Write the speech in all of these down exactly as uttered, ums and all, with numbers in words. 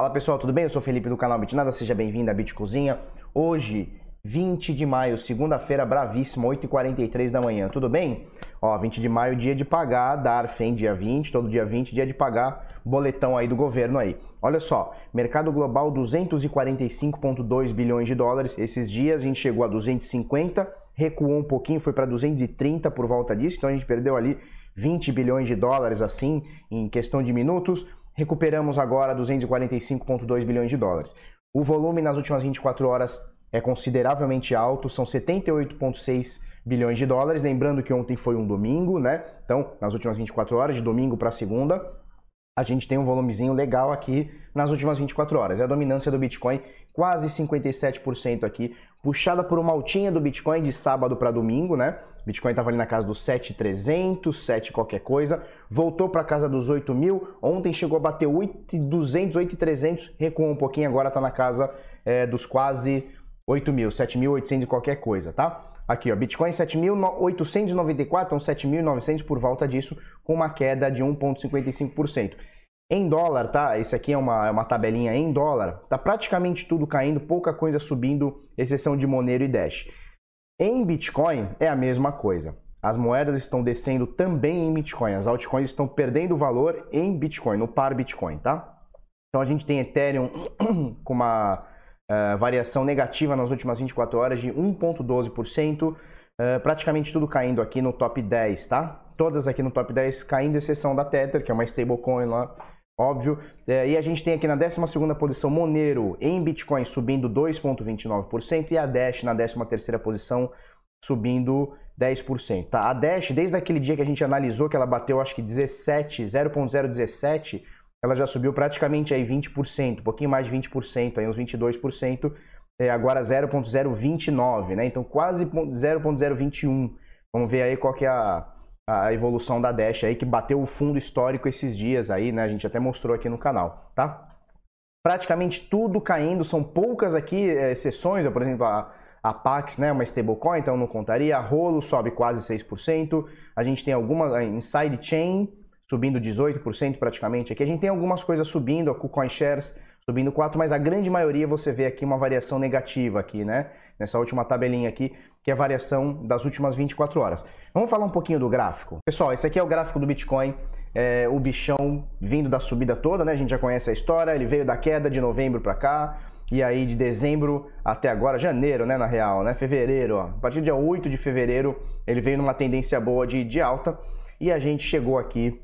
Fala pessoal, tudo bem? Eu sou o Felipe do canal Bitnada, seja bem-vindo à Bit Cozinha. Hoje, vinte de maio, segunda-feira, bravíssima, oito e quarenta e três da manhã, tudo bem? Ó, vinte de maio, dia de pagar, D A R F, hein? Dia vinte, todo dia vinte, dia de pagar boletão aí do governo aí. Olha só, mercado global duzentos e quarenta e cinco vírgula dois bilhões de dólares, esses dias a gente chegou a duzentos e cinquenta, recuou um pouquinho, foi para duzentos e trinta por volta disso, então a gente perdeu ali vinte bilhões de dólares assim, em questão de minutos. Recuperamos agora duzentos e quarenta e cinco vírgula dois bilhões de dólares. O volume nas últimas vinte e quatro horas é consideravelmente alto, são setenta e oito vírgula seis bilhões de dólares. Lembrando que ontem foi um domingo, né? Então, nas últimas vinte e quatro horas, de domingo para segunda, a gente tem um volumezinho legal aqui nas últimas vinte e quatro horas. É a dominância do Bitcoin, quase cinquenta e sete por cento aqui, puxada por uma altinha do Bitcoin de sábado para domingo, né? Bitcoin estava ali na casa dos sete mil e trezentos, sete qualquer coisa, voltou para casa dos oito mil, ontem chegou a bater oito mil e duzentos, oito mil e trezentos, recuou um pouquinho, agora está na casa é, dos quase oito mil, sete mil e oitocentos e qualquer coisa, tá? Aqui, ó, Bitcoin sete mil oitocentos e noventa e quatro, então sete mil e novecentos por volta disso, com uma queda de um vírgula cinquenta e cinco por cento. Em dólar, tá? Esse aqui é uma, é uma tabelinha em dólar, tá praticamente tudo caindo, pouca coisa subindo, exceção de Monero e Dash. Em Bitcoin é a mesma coisa. As moedas estão descendo também em Bitcoin, as altcoins estão perdendo valor em Bitcoin, no par Bitcoin, tá? Então a gente tem Ethereum com uma uh, variação negativa nas últimas vinte e quatro horas de um vírgula doze por cento, uh, praticamente tudo caindo aqui no top dez, tá? Todas aqui no top dez caindo, exceção da Tether, que é uma stablecoin lá, óbvio. É, e a gente tem aqui na décima segunda posição Monero em Bitcoin subindo dois vírgula vinte e nove por cento e a Dash na décima terceira posição subindo dez por cento. Tá? A Dash, desde aquele dia que a gente analisou que ela bateu acho que dezessete, zero vírgula zero um sete, ela já subiu praticamente aí vinte por cento, um pouquinho mais de vinte por cento, aí uns vinte e dois por cento, é, agora zero vírgula zero vinte e nove, né? Então quase zero vírgula zero vinte e um. Vamos ver aí qual que é a a evolução da Dash aí, que bateu o fundo histórico esses dias aí, né? A gente até mostrou aqui no canal, tá? Praticamente tudo caindo, são poucas aqui é, exceções, por exemplo, a, a Pax, né? Uma stablecoin, então não contaria. A Rolo sobe quase seis por cento. A gente tem algumas, a Inside Chain subindo dezoito por cento praticamente. Aqui a gente tem algumas coisas subindo, a KuCoin Shares subindo quatro, mas a grande maioria você vê aqui uma variação negativa aqui, né? Nessa última tabelinha aqui, que é a variação das últimas vinte e quatro horas. Vamos falar um pouquinho do gráfico? Pessoal, esse aqui é o gráfico do Bitcoin, é, o bichão vindo da subida toda, né? A gente já conhece a história, ele veio da queda de novembro para cá, e aí de dezembro até agora, janeiro, né, na real, né? Fevereiro, ó. A partir do dia oito de fevereiro, ele veio numa tendência boa de, de alta, e a gente chegou aqui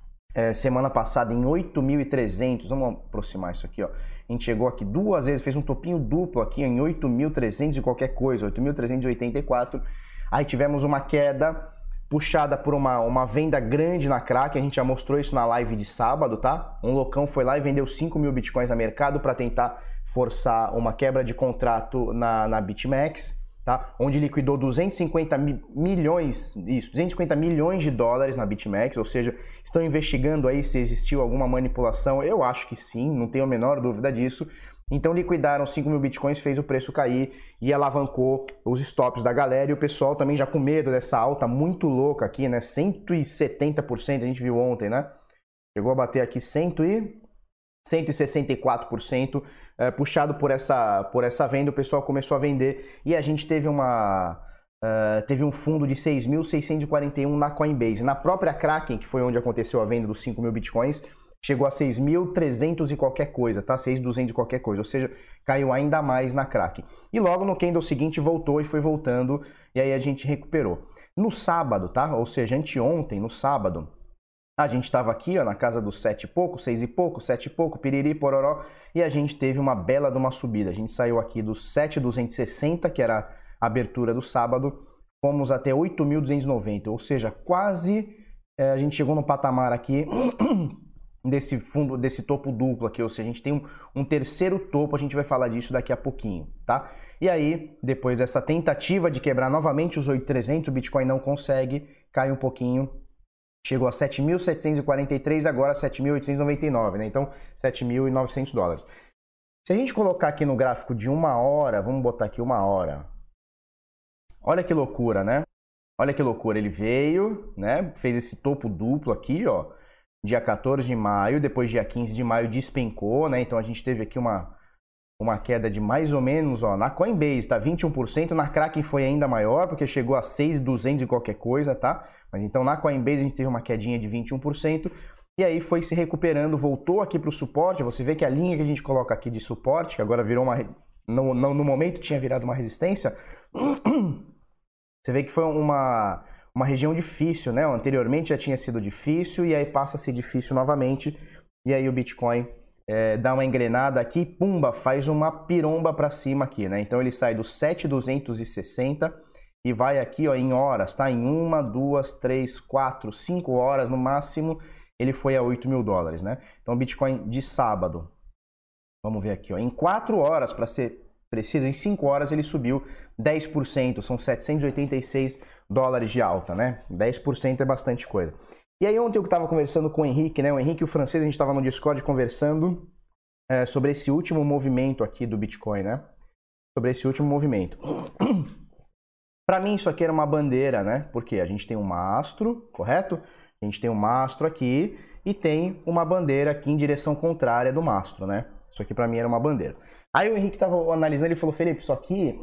É, semana passada em oito mil e trezentos, vamos aproximar isso aqui, ó. A gente chegou aqui duas vezes, fez um topinho duplo aqui em oito mil e trezentos e qualquer coisa, oito mil trezentos e oitenta e quatro. Aí tivemos uma queda puxada por uma, uma venda grande na Kraken, a gente já mostrou isso na live de sábado, tá? Um loucão foi lá e vendeu cinco mil bitcoins a mercado para tentar forçar uma quebra de contrato na, na BitMEX. Tá? Onde liquidou duzentos e cinquenta milhões, isso, duzentos e cinquenta milhões de dólares na BitMEX, ou seja, estão investigando aí se existiu alguma manipulação. Eu acho que sim, não tenho a menor dúvida disso. Então liquidaram cinco mil bitcoins, fez o preço cair e alavancou os stops da galera, e o pessoal também já com medo dessa alta muito louca aqui, né? cento e setenta por cento, a gente viu ontem, né? Chegou a bater aqui cento e sessenta e quatro por cento, é, puxado por essa, por essa venda, o pessoal começou a vender e a gente teve, uma, uh, teve um fundo de seis mil seiscentos e quarenta e um na Coinbase. Na própria Kraken, que foi onde aconteceu a venda dos cinco mil bitcoins, chegou a seis mil e trezentos e qualquer coisa, tá? seis mil e duzentos e qualquer coisa, ou seja, caiu ainda mais na Kraken. E logo no candle seguinte voltou e foi voltando, e aí a gente recuperou. No sábado, tá? Ou seja, anteontem, no sábado, a gente estava aqui, ó, na casa dos sete e pouco, seis e pouco, sete e pouco, piriri, pororó, e a gente teve uma bela de uma subida. A gente saiu aqui dos sete mil duzentos e sessenta, que era a abertura do sábado, fomos até oito mil duzentos e noventa, ou seja, quase é, a gente chegou no patamar aqui desse fundo, desse topo duplo aqui, ou seja, a gente tem um, um terceiro topo, a gente vai falar disso daqui a pouquinho, tá? E aí, depois dessa tentativa de quebrar novamente os oito mil e trezentos, o Bitcoin não consegue, cai um pouquinho, chegou a sete mil setecentos e quarenta e três, agora sete mil oitocentos e noventa e nove, né? Então, sete mil e novecentos dólares. Se a gente colocar aqui no gráfico de uma hora, vamos botar aqui uma hora. Olha que loucura, né? Olha que loucura, ele veio, né? Fez esse topo duplo aqui, ó. dia quatorze de maio, depois dia quinze de maio despencou, né? Então a gente teve aqui uma, uma queda de mais ou menos, ó, na Coinbase tá vinte e um por cento, na Kraken foi ainda maior, porque chegou a seis mil e duzentos e qualquer coisa, tá? Mas então na Coinbase a gente teve uma quedinha de vinte e um por cento, e aí foi se recuperando, voltou aqui para o suporte, você vê que a linha que a gente coloca aqui de suporte, que agora virou uma... No, no, no momento tinha virado uma resistência, você vê que foi uma... uma região difícil, né? Anteriormente já tinha sido difícil e aí passa a ser difícil novamente. E aí o Bitcoin é, dá uma engrenada aqui, pumba, faz uma piromba para cima aqui, né? Então ele sai dos sete mil duzentos e sessenta e vai aqui, ó, em horas, tá? Em uma, duas, três, quatro, cinco horas no máximo, ele foi a oito mil dólares, né? Então o Bitcoin de sábado, vamos ver aqui, ó, em quatro horas, para ser preciso, em cinco horas ele subiu dez por cento, são setecentos e oitenta e seis dólares de alta, né? dez por cento é bastante coisa. E aí ontem eu estava conversando com o Henrique, né? O Henrique e o francês, a gente estava no Discord conversando é, sobre esse último movimento aqui do Bitcoin, né? Sobre esse último movimento. Para mim isso aqui era uma bandeira, né? Porque a gente tem um mastro, correto? A gente tem um mastro aqui e tem uma bandeira aqui em direção contrária do mastro, né? Isso aqui para mim era uma bandeira. Aí o Henrique estava analisando, ele falou, Felipe, isso aqui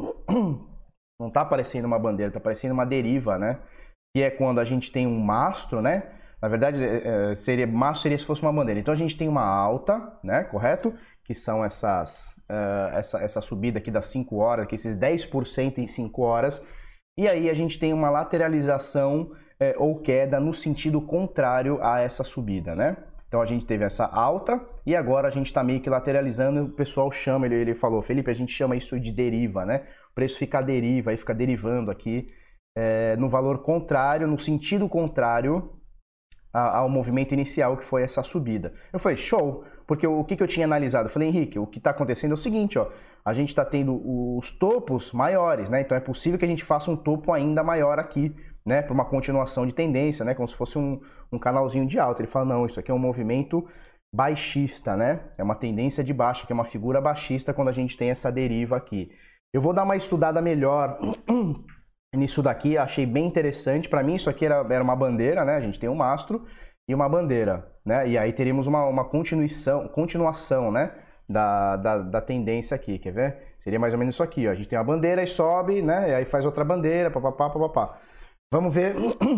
não tá parecendo uma bandeira, tá parecendo uma deriva, né? Que é quando a gente tem um mastro, né? Na verdade, seria, mastro seria se fosse uma bandeira. Então a gente tem uma alta, né? Correto? Que são essas, uh, essa, essa subida aqui das cinco horas, que esses dez por cento em cinco horas. E aí a gente tem uma lateralização eh, ou queda no sentido contrário a essa subida, né? Então a gente teve essa alta e agora a gente está meio que lateralizando e o pessoal chama, ele, ele falou, Felipe, a gente chama isso de deriva, né? O preço fica à deriva, aí fica derivando aqui é, no valor contrário, no sentido contrário a, ao movimento inicial que foi essa subida. Eu falei, show, porque o que, que eu tinha analisado? Eu falei, Henrique, o que está acontecendo é o seguinte, ó, a gente está tendo os topos maiores, né? Então é possível que a gente faça um topo ainda maior aqui, né, para uma continuação de tendência, né, como se fosse um, um canalzinho de alta. Ele fala, não, isso aqui é um movimento baixista, né, é uma tendência de baixa, que é uma figura baixista quando a gente tem essa deriva aqui. Eu vou dar uma estudada melhor nisso daqui, achei bem interessante. Para mim isso aqui era, era uma bandeira, né, a gente tem um mastro e uma bandeira, né, e aí teríamos uma, uma continuação, continuação, né, da, da, da tendência aqui, quer ver? Seria mais ou menos isso aqui, ó, a gente tem uma bandeira e sobe, né, e aí faz outra bandeira, papapá, papapá. Vamos ver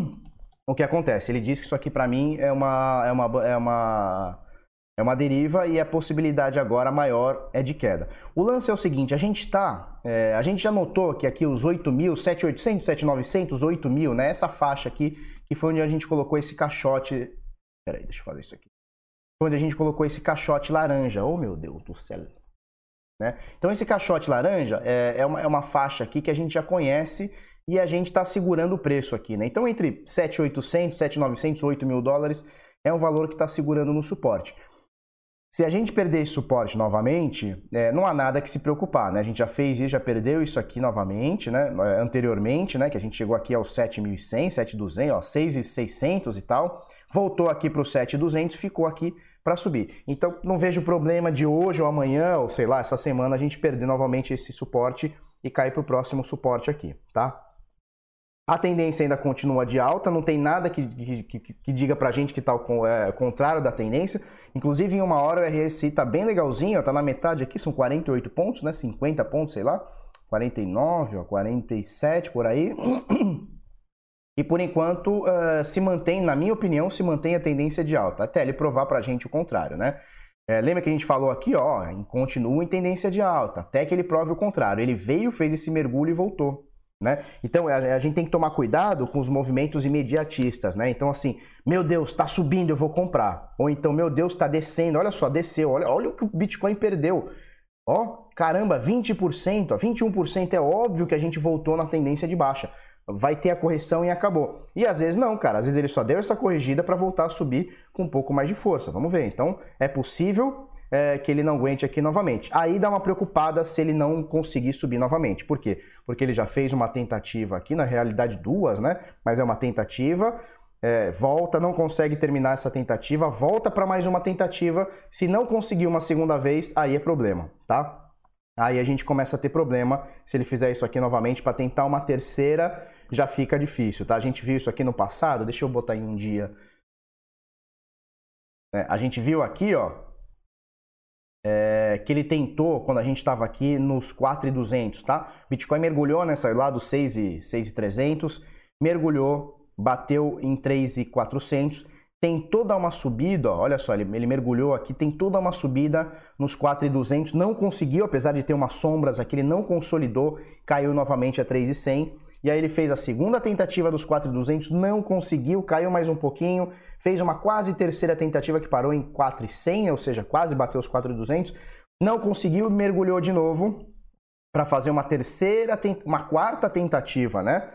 o que acontece. Ele diz que isso aqui para mim é uma, é, uma, é, uma, é uma deriva e a possibilidade agora maior é de queda. O lance é o seguinte, a gente tá, é, a gente já notou que aqui os oito mil, sete mil e oitocentos, sete mil e novecentos, oito mil, né? Essa faixa aqui, que foi onde a gente colocou esse caixote... Peraí, deixa eu fazer isso aqui. Foi onde a gente colocou esse caixote laranja. Oh, meu Deus do céu. Né? Então esse caixote laranja é, é, uma, é uma faixa aqui que a gente já conhece e a gente está segurando o preço aqui, né? Então entre sete mil e oitocentos, sete mil e novecentos, oito mil dólares é um valor que está segurando no suporte. Se a gente perder esse suporte novamente, é, não há nada que se preocupar, né? A gente já fez isso, já perdeu isso aqui novamente, né? Anteriormente, né? Que a gente chegou aqui aos sete mil e cem, sete mil e duzentos, ó, seis mil e seiscentos e tal. Voltou aqui para os sete mil e duzentos, ficou aqui para subir. Então não vejo problema de hoje ou amanhã, ou sei lá, essa semana a gente perder novamente esse suporte e cair para o próximo suporte aqui, tá? A tendência ainda continua de alta, não tem nada que, que, que, que diga pra gente que tá o é, contrário da tendência. Inclusive, em uma hora o R S I tá bem legalzinho, ó, tá na metade aqui, são quarenta e oito pontos, né? cinquenta pontos, sei lá. quarenta e nove, ó, quarenta e sete, por aí. E por enquanto, uh, se mantém, na minha opinião, se mantém a tendência de alta, até ele provar pra gente o contrário, né? É, lembra que a gente falou aqui, ó, continua em tendência de alta, até que ele prove o contrário. Ele veio, fez esse mergulho e voltou. Né? Então a gente tem que tomar cuidado com os movimentos imediatistas, né? Então assim, meu Deus, está subindo, eu vou comprar. Ou então, meu Deus, está descendo, olha só, desceu, olha, olha o que o Bitcoin perdeu. Ó, caramba, vinte por cento, ó, vinte e um por cento, é óbvio que a gente voltou na tendência de baixa. Vai ter a correção e acabou. E às vezes não, cara, às vezes ele só deu essa corrigida para voltar a subir com um pouco mais de força. Vamos ver, então é possível... É, que ele não aguente aqui novamente. Aí dá uma preocupada se ele não conseguir subir novamente. Por quê? Porque ele já fez uma tentativa aqui, na realidade duas, né? Mas é uma tentativa, é, volta, não consegue terminar essa tentativa, volta para mais uma tentativa. Se não conseguir uma segunda vez, aí é problema, tá? Aí a gente começa a ter problema se ele fizer isso aqui novamente para tentar uma terceira, já fica difícil, tá? A gente viu isso aqui no passado, deixa eu botar em um dia... É, a gente viu aqui, ó, é, que ele tentou, quando a gente estava aqui, nos quatro mil e duzentos, tá? Bitcoin mergulhou nessa lá dos seis mil e trezentos, mergulhou, bateu em três mil e quatrocentos, tentou dar uma subida, ó, olha só, ele, ele mergulhou aqui, tentou dar uma subida nos quatro mil e duzentos, não conseguiu, apesar de ter umas sombras aqui, ele não consolidou, caiu novamente a três mil e cem, e aí ele fez a segunda tentativa dos quatro mil e duzentos, não conseguiu, caiu mais um pouquinho, fez uma quase terceira tentativa que parou em quatro mil e cem, ou seja, quase bateu os quatro mil e duzentos, não conseguiu, mergulhou de novo para fazer uma terceira, uma quarta tentativa, né,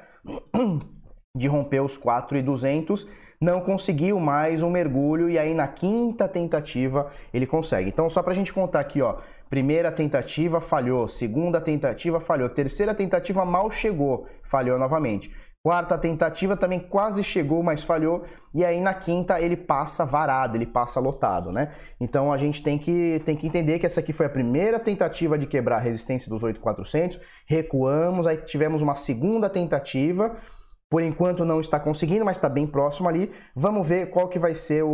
de romper os quatro mil e duzentos, não conseguiu mais um mergulho e aí na quinta tentativa ele consegue. Então só para a gente contar aqui, ó, primeira tentativa falhou, segunda tentativa falhou, terceira tentativa mal chegou, falhou novamente. Quarta tentativa também quase chegou, mas falhou, e aí na quinta ele passa varado, ele passa lotado, né? Então a gente tem que, tem que entender que essa aqui foi a primeira tentativa de quebrar a resistência dos oito mil e quatrocentos, recuamos, aí tivemos uma segunda tentativa, por enquanto não está conseguindo, mas está bem próximo ali. Vamos ver qual que vai ser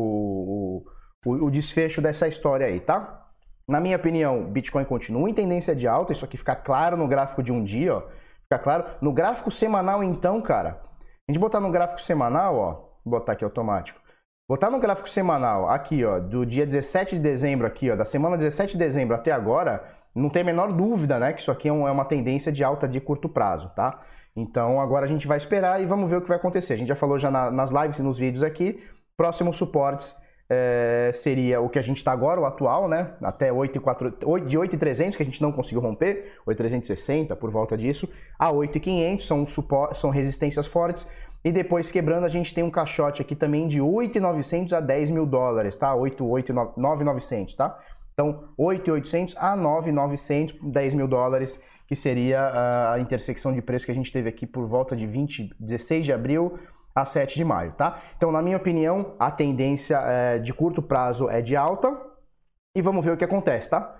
o, o, o desfecho dessa história aí, tá? Na minha opinião, Bitcoin continua em tendência de alta, isso aqui fica claro no gráfico de um dia, ó. Fica claro. No gráfico semanal, então, cara, a gente botar no gráfico semanal, ó, vou botar aqui automático. Botar no gráfico semanal, aqui, ó, do dia dezessete de dezembro, aqui, ó, da semana dezessete de dezembro até agora, não tem a menor dúvida, né, que isso aqui é, um, é uma tendência de alta de curto prazo, tá? Então agora a gente vai esperar e vamos ver o que vai acontecer. A gente já falou já na, nas lives e nos vídeos aqui. Próximos suportes é, seria o que a gente está agora, o atual, né? Até oito mil e trezentos, que a gente não conseguiu romper, oito mil trezentos e sessenta, por volta disso, a oito mil e quinhentos, são, são resistências fortes. E depois quebrando a gente tem um caixote aqui também de oito mil e novecentos a dez mil dólares, tá? oito, oito, nove mil e novecentos, tá? Então oito mil e oitocentos a nove mil e novecentos, dez mil dólares, que seria a intersecção de preço que a gente teve aqui por volta de vinte, dezesseis de abril a sete de maio, tá? Então, na minha opinião, a tendência é, de curto prazo é de alta e vamos ver o que acontece, tá?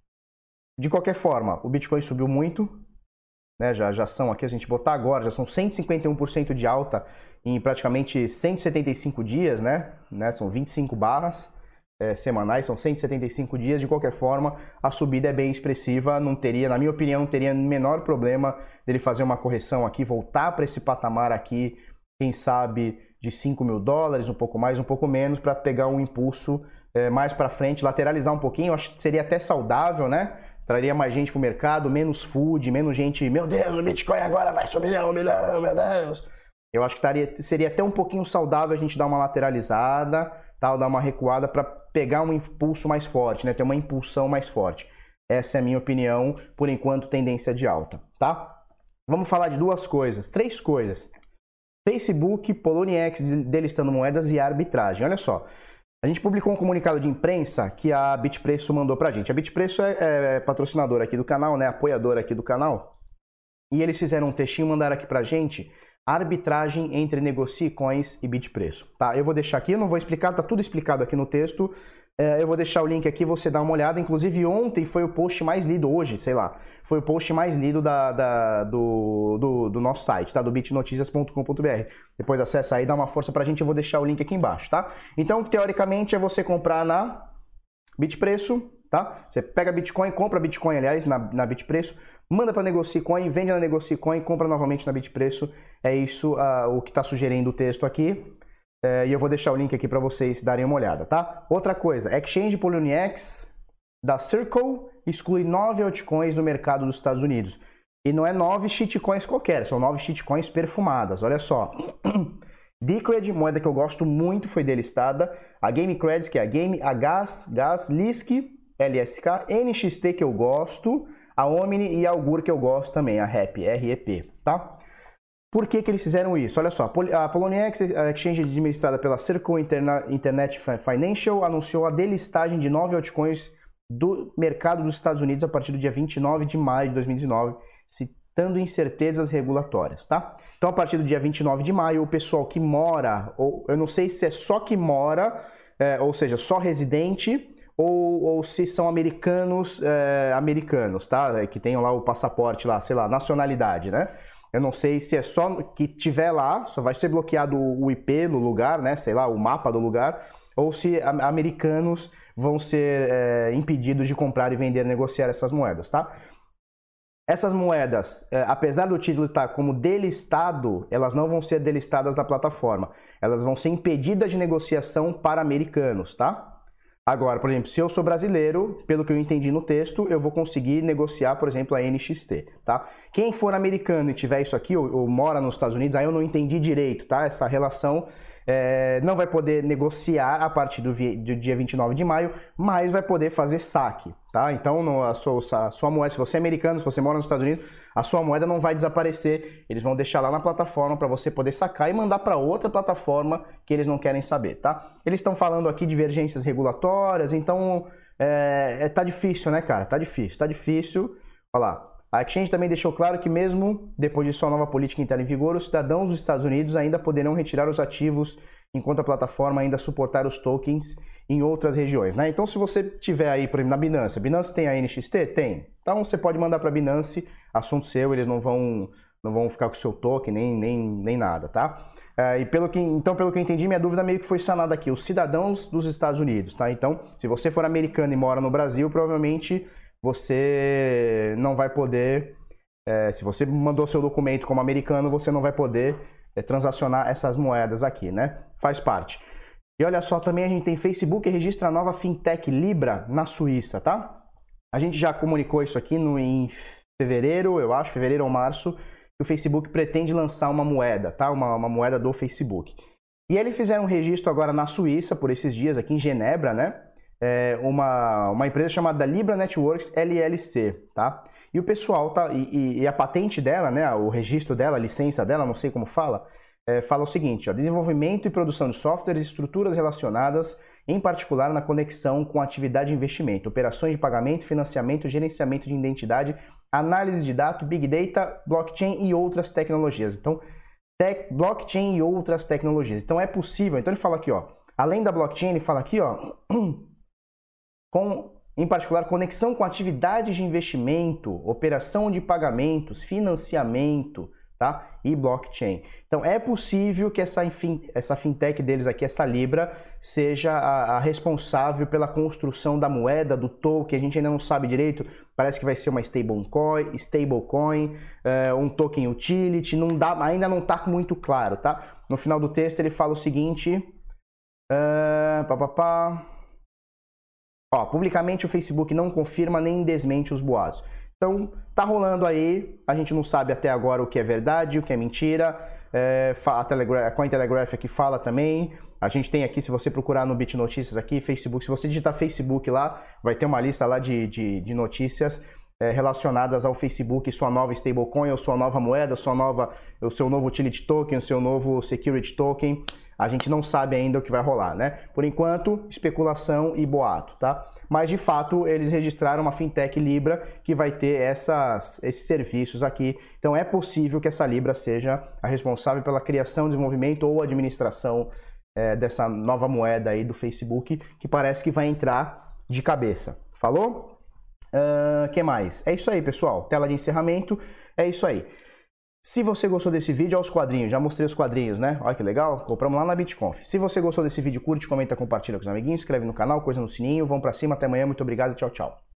De qualquer forma, o Bitcoin subiu muito, né? Já, já são aqui, a gente botar agora, já são cento e cinquenta e um por cento de alta em praticamente cento e setenta e cinco dias, né? né? São vinte e cinco barras. É, semanais, são cento e setenta e cinco dias. De qualquer forma, a subida é bem expressiva, não teria, na minha opinião, não teria menor problema dele fazer uma correção aqui, voltar para esse patamar aqui, quem sabe de cinco mil dólares, um pouco mais, um pouco menos, para pegar um impulso é, mais para frente, lateralizar um pouquinho. Eu acho que seria até saudável, né? Traria mais gente para o mercado, menos food, menos gente, meu Deus, o Bitcoin agora vai subir um milhão, meu Deus. Eu acho que taria, seria até um pouquinho saudável a gente dar uma lateralizada, tal, dar uma recuada para pegar um impulso mais forte, né? Ter uma impulsão mais forte. Essa é a minha opinião, por enquanto, tendência de alta, tá? Vamos falar de duas coisas, três coisas. Facebook, Poloniex delistando moedas e arbitragem. Olha só, a gente publicou um comunicado de imprensa que a Bitpreço mandou pra gente. A Bitpreço é, é patrocinadora aqui do canal, né? Apoiadora aqui do canal. E eles fizeram um textinho e mandaram aqui pra gente arbitragem entre Negocie Coins e Bitpreço, tá? Eu vou deixar aqui, eu não vou explicar, tá tudo explicado aqui no texto. É, eu vou deixar o link aqui, você dá uma olhada. Inclusive ontem foi o post mais lido, hoje, sei lá, foi o post mais lido da, da, do, do, do nosso site, tá? Do bitnoticias ponto com ponto br. Depois acessa aí, dá uma força pra gente, eu vou deixar o link aqui embaixo, tá? Então, teoricamente, é você comprar na Bitpreço, tá? Você pega Bitcoin, compra Bitcoin, aliás, na, na Bitpreço, manda para Negocie Coin, vende na Negocie Coin, compra novamente na Bitpreço. É isso uh, o que está sugerindo o texto aqui. É, e eu vou deixar o link aqui para vocês darem uma olhada, tá? Outra coisa, Exchange Poloniex da Circle exclui nove altcoins do mercado dos Estados Unidos. E não é nove shitcoins qualquer, são nove shitcoins perfumadas, olha só. Decred, moeda que eu gosto muito, foi delistada. A GameCredits, que é a Game, a Gas, Gas, Lisk, L S K, N X T, que eu gosto, a Omni e a Augur, que eu gosto também, a R E P, R E P, tá? Por que que eles fizeram isso? Olha só, a Poloniex, a exchange administrada pela Circle Internet Financial, anunciou a delistagem de nove altcoins do mercado dos Estados Unidos a partir do dia vinte e nove de maio de dois mil e dezenove, citando incertezas regulatórias, tá? Então, a partir do dia vinte e nove de maio, o pessoal que mora, ou eu não sei se é só que mora, é, ou seja, só residente, ou, ou se são americanos, é, americanos, tá? Que tenham lá o passaporte lá, sei lá, nacionalidade, né? Eu não sei se é só que tiver lá, só vai ser bloqueado o I P no lugar, né? Sei lá, o mapa do lugar, ou se americanos vão ser é, impedidos de comprar e vender, negociar essas moedas, tá? Essas moedas, é, apesar do título estar como delistado, elas não vão ser delistadas da plataforma. Elas vão ser impedidas de negociação para americanos, tá? Agora, por exemplo, se eu sou brasileiro, pelo que eu entendi no texto, eu vou conseguir negociar, por exemplo, a N X T, tá? Quem for americano e tiver isso aqui, ou, ou mora nos Estados Unidos, aí eu não entendi direito, tá? Essa relação é, não vai poder negociar a partir do, do dia vinte e nove de maio, mas vai poder fazer saque, tá? Então, no, a, sua, a sua moeda, se você é americano, se você mora nos Estados Unidos, a sua moeda não vai desaparecer, eles vão deixar lá na plataforma para você poder sacar e mandar para outra plataforma que eles não querem saber, tá? Eles estão falando aqui de divergências regulatórias, então é, é, tá difícil, né, cara? Tá difícil, tá difícil. Olha lá. A Exchange também deixou claro que mesmo depois de sua nova política interna em vigor, os cidadãos dos Estados Unidos ainda poderão retirar os ativos enquanto a plataforma ainda suportar os tokens em outras regiões, né? Então, se você tiver aí, por exemplo, na Binance, a Binance tem a N X T? Tem. Então, você pode mandar para a Binance, assunto seu, eles não vão, não vão ficar com o seu token, nem, nem, nem nada, tá? É, e pelo que, então, pelo que eu entendi, minha dúvida meio que foi sanada aqui, os cidadãos dos Estados Unidos, tá? Então, se você for americano e mora no Brasil, provavelmente você não vai poder, é, se você mandou seu documento como americano, você não vai poder é, transacionar essas moedas aqui, né? Faz parte. E olha só, também a gente tem Facebook e registra a nova fintech Libra na Suíça, tá? A gente já comunicou isso aqui no, em fevereiro, eu acho, fevereiro ou março, que o Facebook pretende lançar uma moeda, tá? Uma, uma moeda do Facebook. E eles fizeram um registro agora na Suíça, por esses dias, aqui em Genebra, né? É uma, uma empresa chamada Libra Networks L L C, tá? E o pessoal tá e, e a patente dela, né? O registro dela, a licença dela, não sei como fala, é, fala o seguinte: ó, desenvolvimento e produção de softwares e estruturas relacionadas, em particular na conexão com atividade de investimento, operações de pagamento, financiamento, gerenciamento de identidade, análise de dados, big data, blockchain e outras tecnologias. Então, tech, blockchain e outras tecnologias. Então é possível. Então ele fala aqui, ó, além da blockchain, ele fala aqui, ó. Com, em particular, conexão com atividades de investimento, operação de pagamentos, financiamento, tá? E blockchain. Então, é possível que essa, enfim, essa fintech deles aqui, essa Libra, seja a, a responsável pela construção da moeda, do token, a gente ainda não sabe direito, parece que vai ser uma stablecoin, stablecoin, é, um token utility, não dá, ainda não está muito claro, tá? No final do texto ele fala o seguinte, uh, pá, pá, pá. Ó, publicamente o Facebook não confirma nem desmente os boatos. Então, tá rolando aí, a gente não sabe até agora o que é verdade, o que é mentira. É, a, Telegraph, a Cointelegraph aqui fala também. A gente tem aqui, se você procurar no BitNotícias aqui, Facebook, se você digitar Facebook lá, vai ter uma lista lá de, de, de notícias é, relacionadas ao Facebook, sua nova stablecoin, ou sua nova moeda, sua nova, o seu novo utility token, o seu novo security token. A gente não sabe ainda o que vai rolar, né? Por enquanto, especulação e boato, tá? Mas, de fato, eles registraram uma fintech Libra que vai ter essas, esses serviços aqui. Então, é possível que essa Libra seja a responsável pela criação, desenvolvimento ou administração é, dessa nova moeda aí do Facebook, que parece que vai entrar de cabeça. Falou? O uh, que mais? É isso aí, pessoal. Tela de encerramento. É isso aí. Se você gostou desse vídeo, olha os quadrinhos, já mostrei os quadrinhos, né? Olha que legal, compramos lá na BitConf. Se você gostou desse vídeo, curte, comenta, compartilha com os amiguinhos, inscreve no canal, coisa no sininho, vamos pra cima, até amanhã, muito obrigado, tchau, tchau.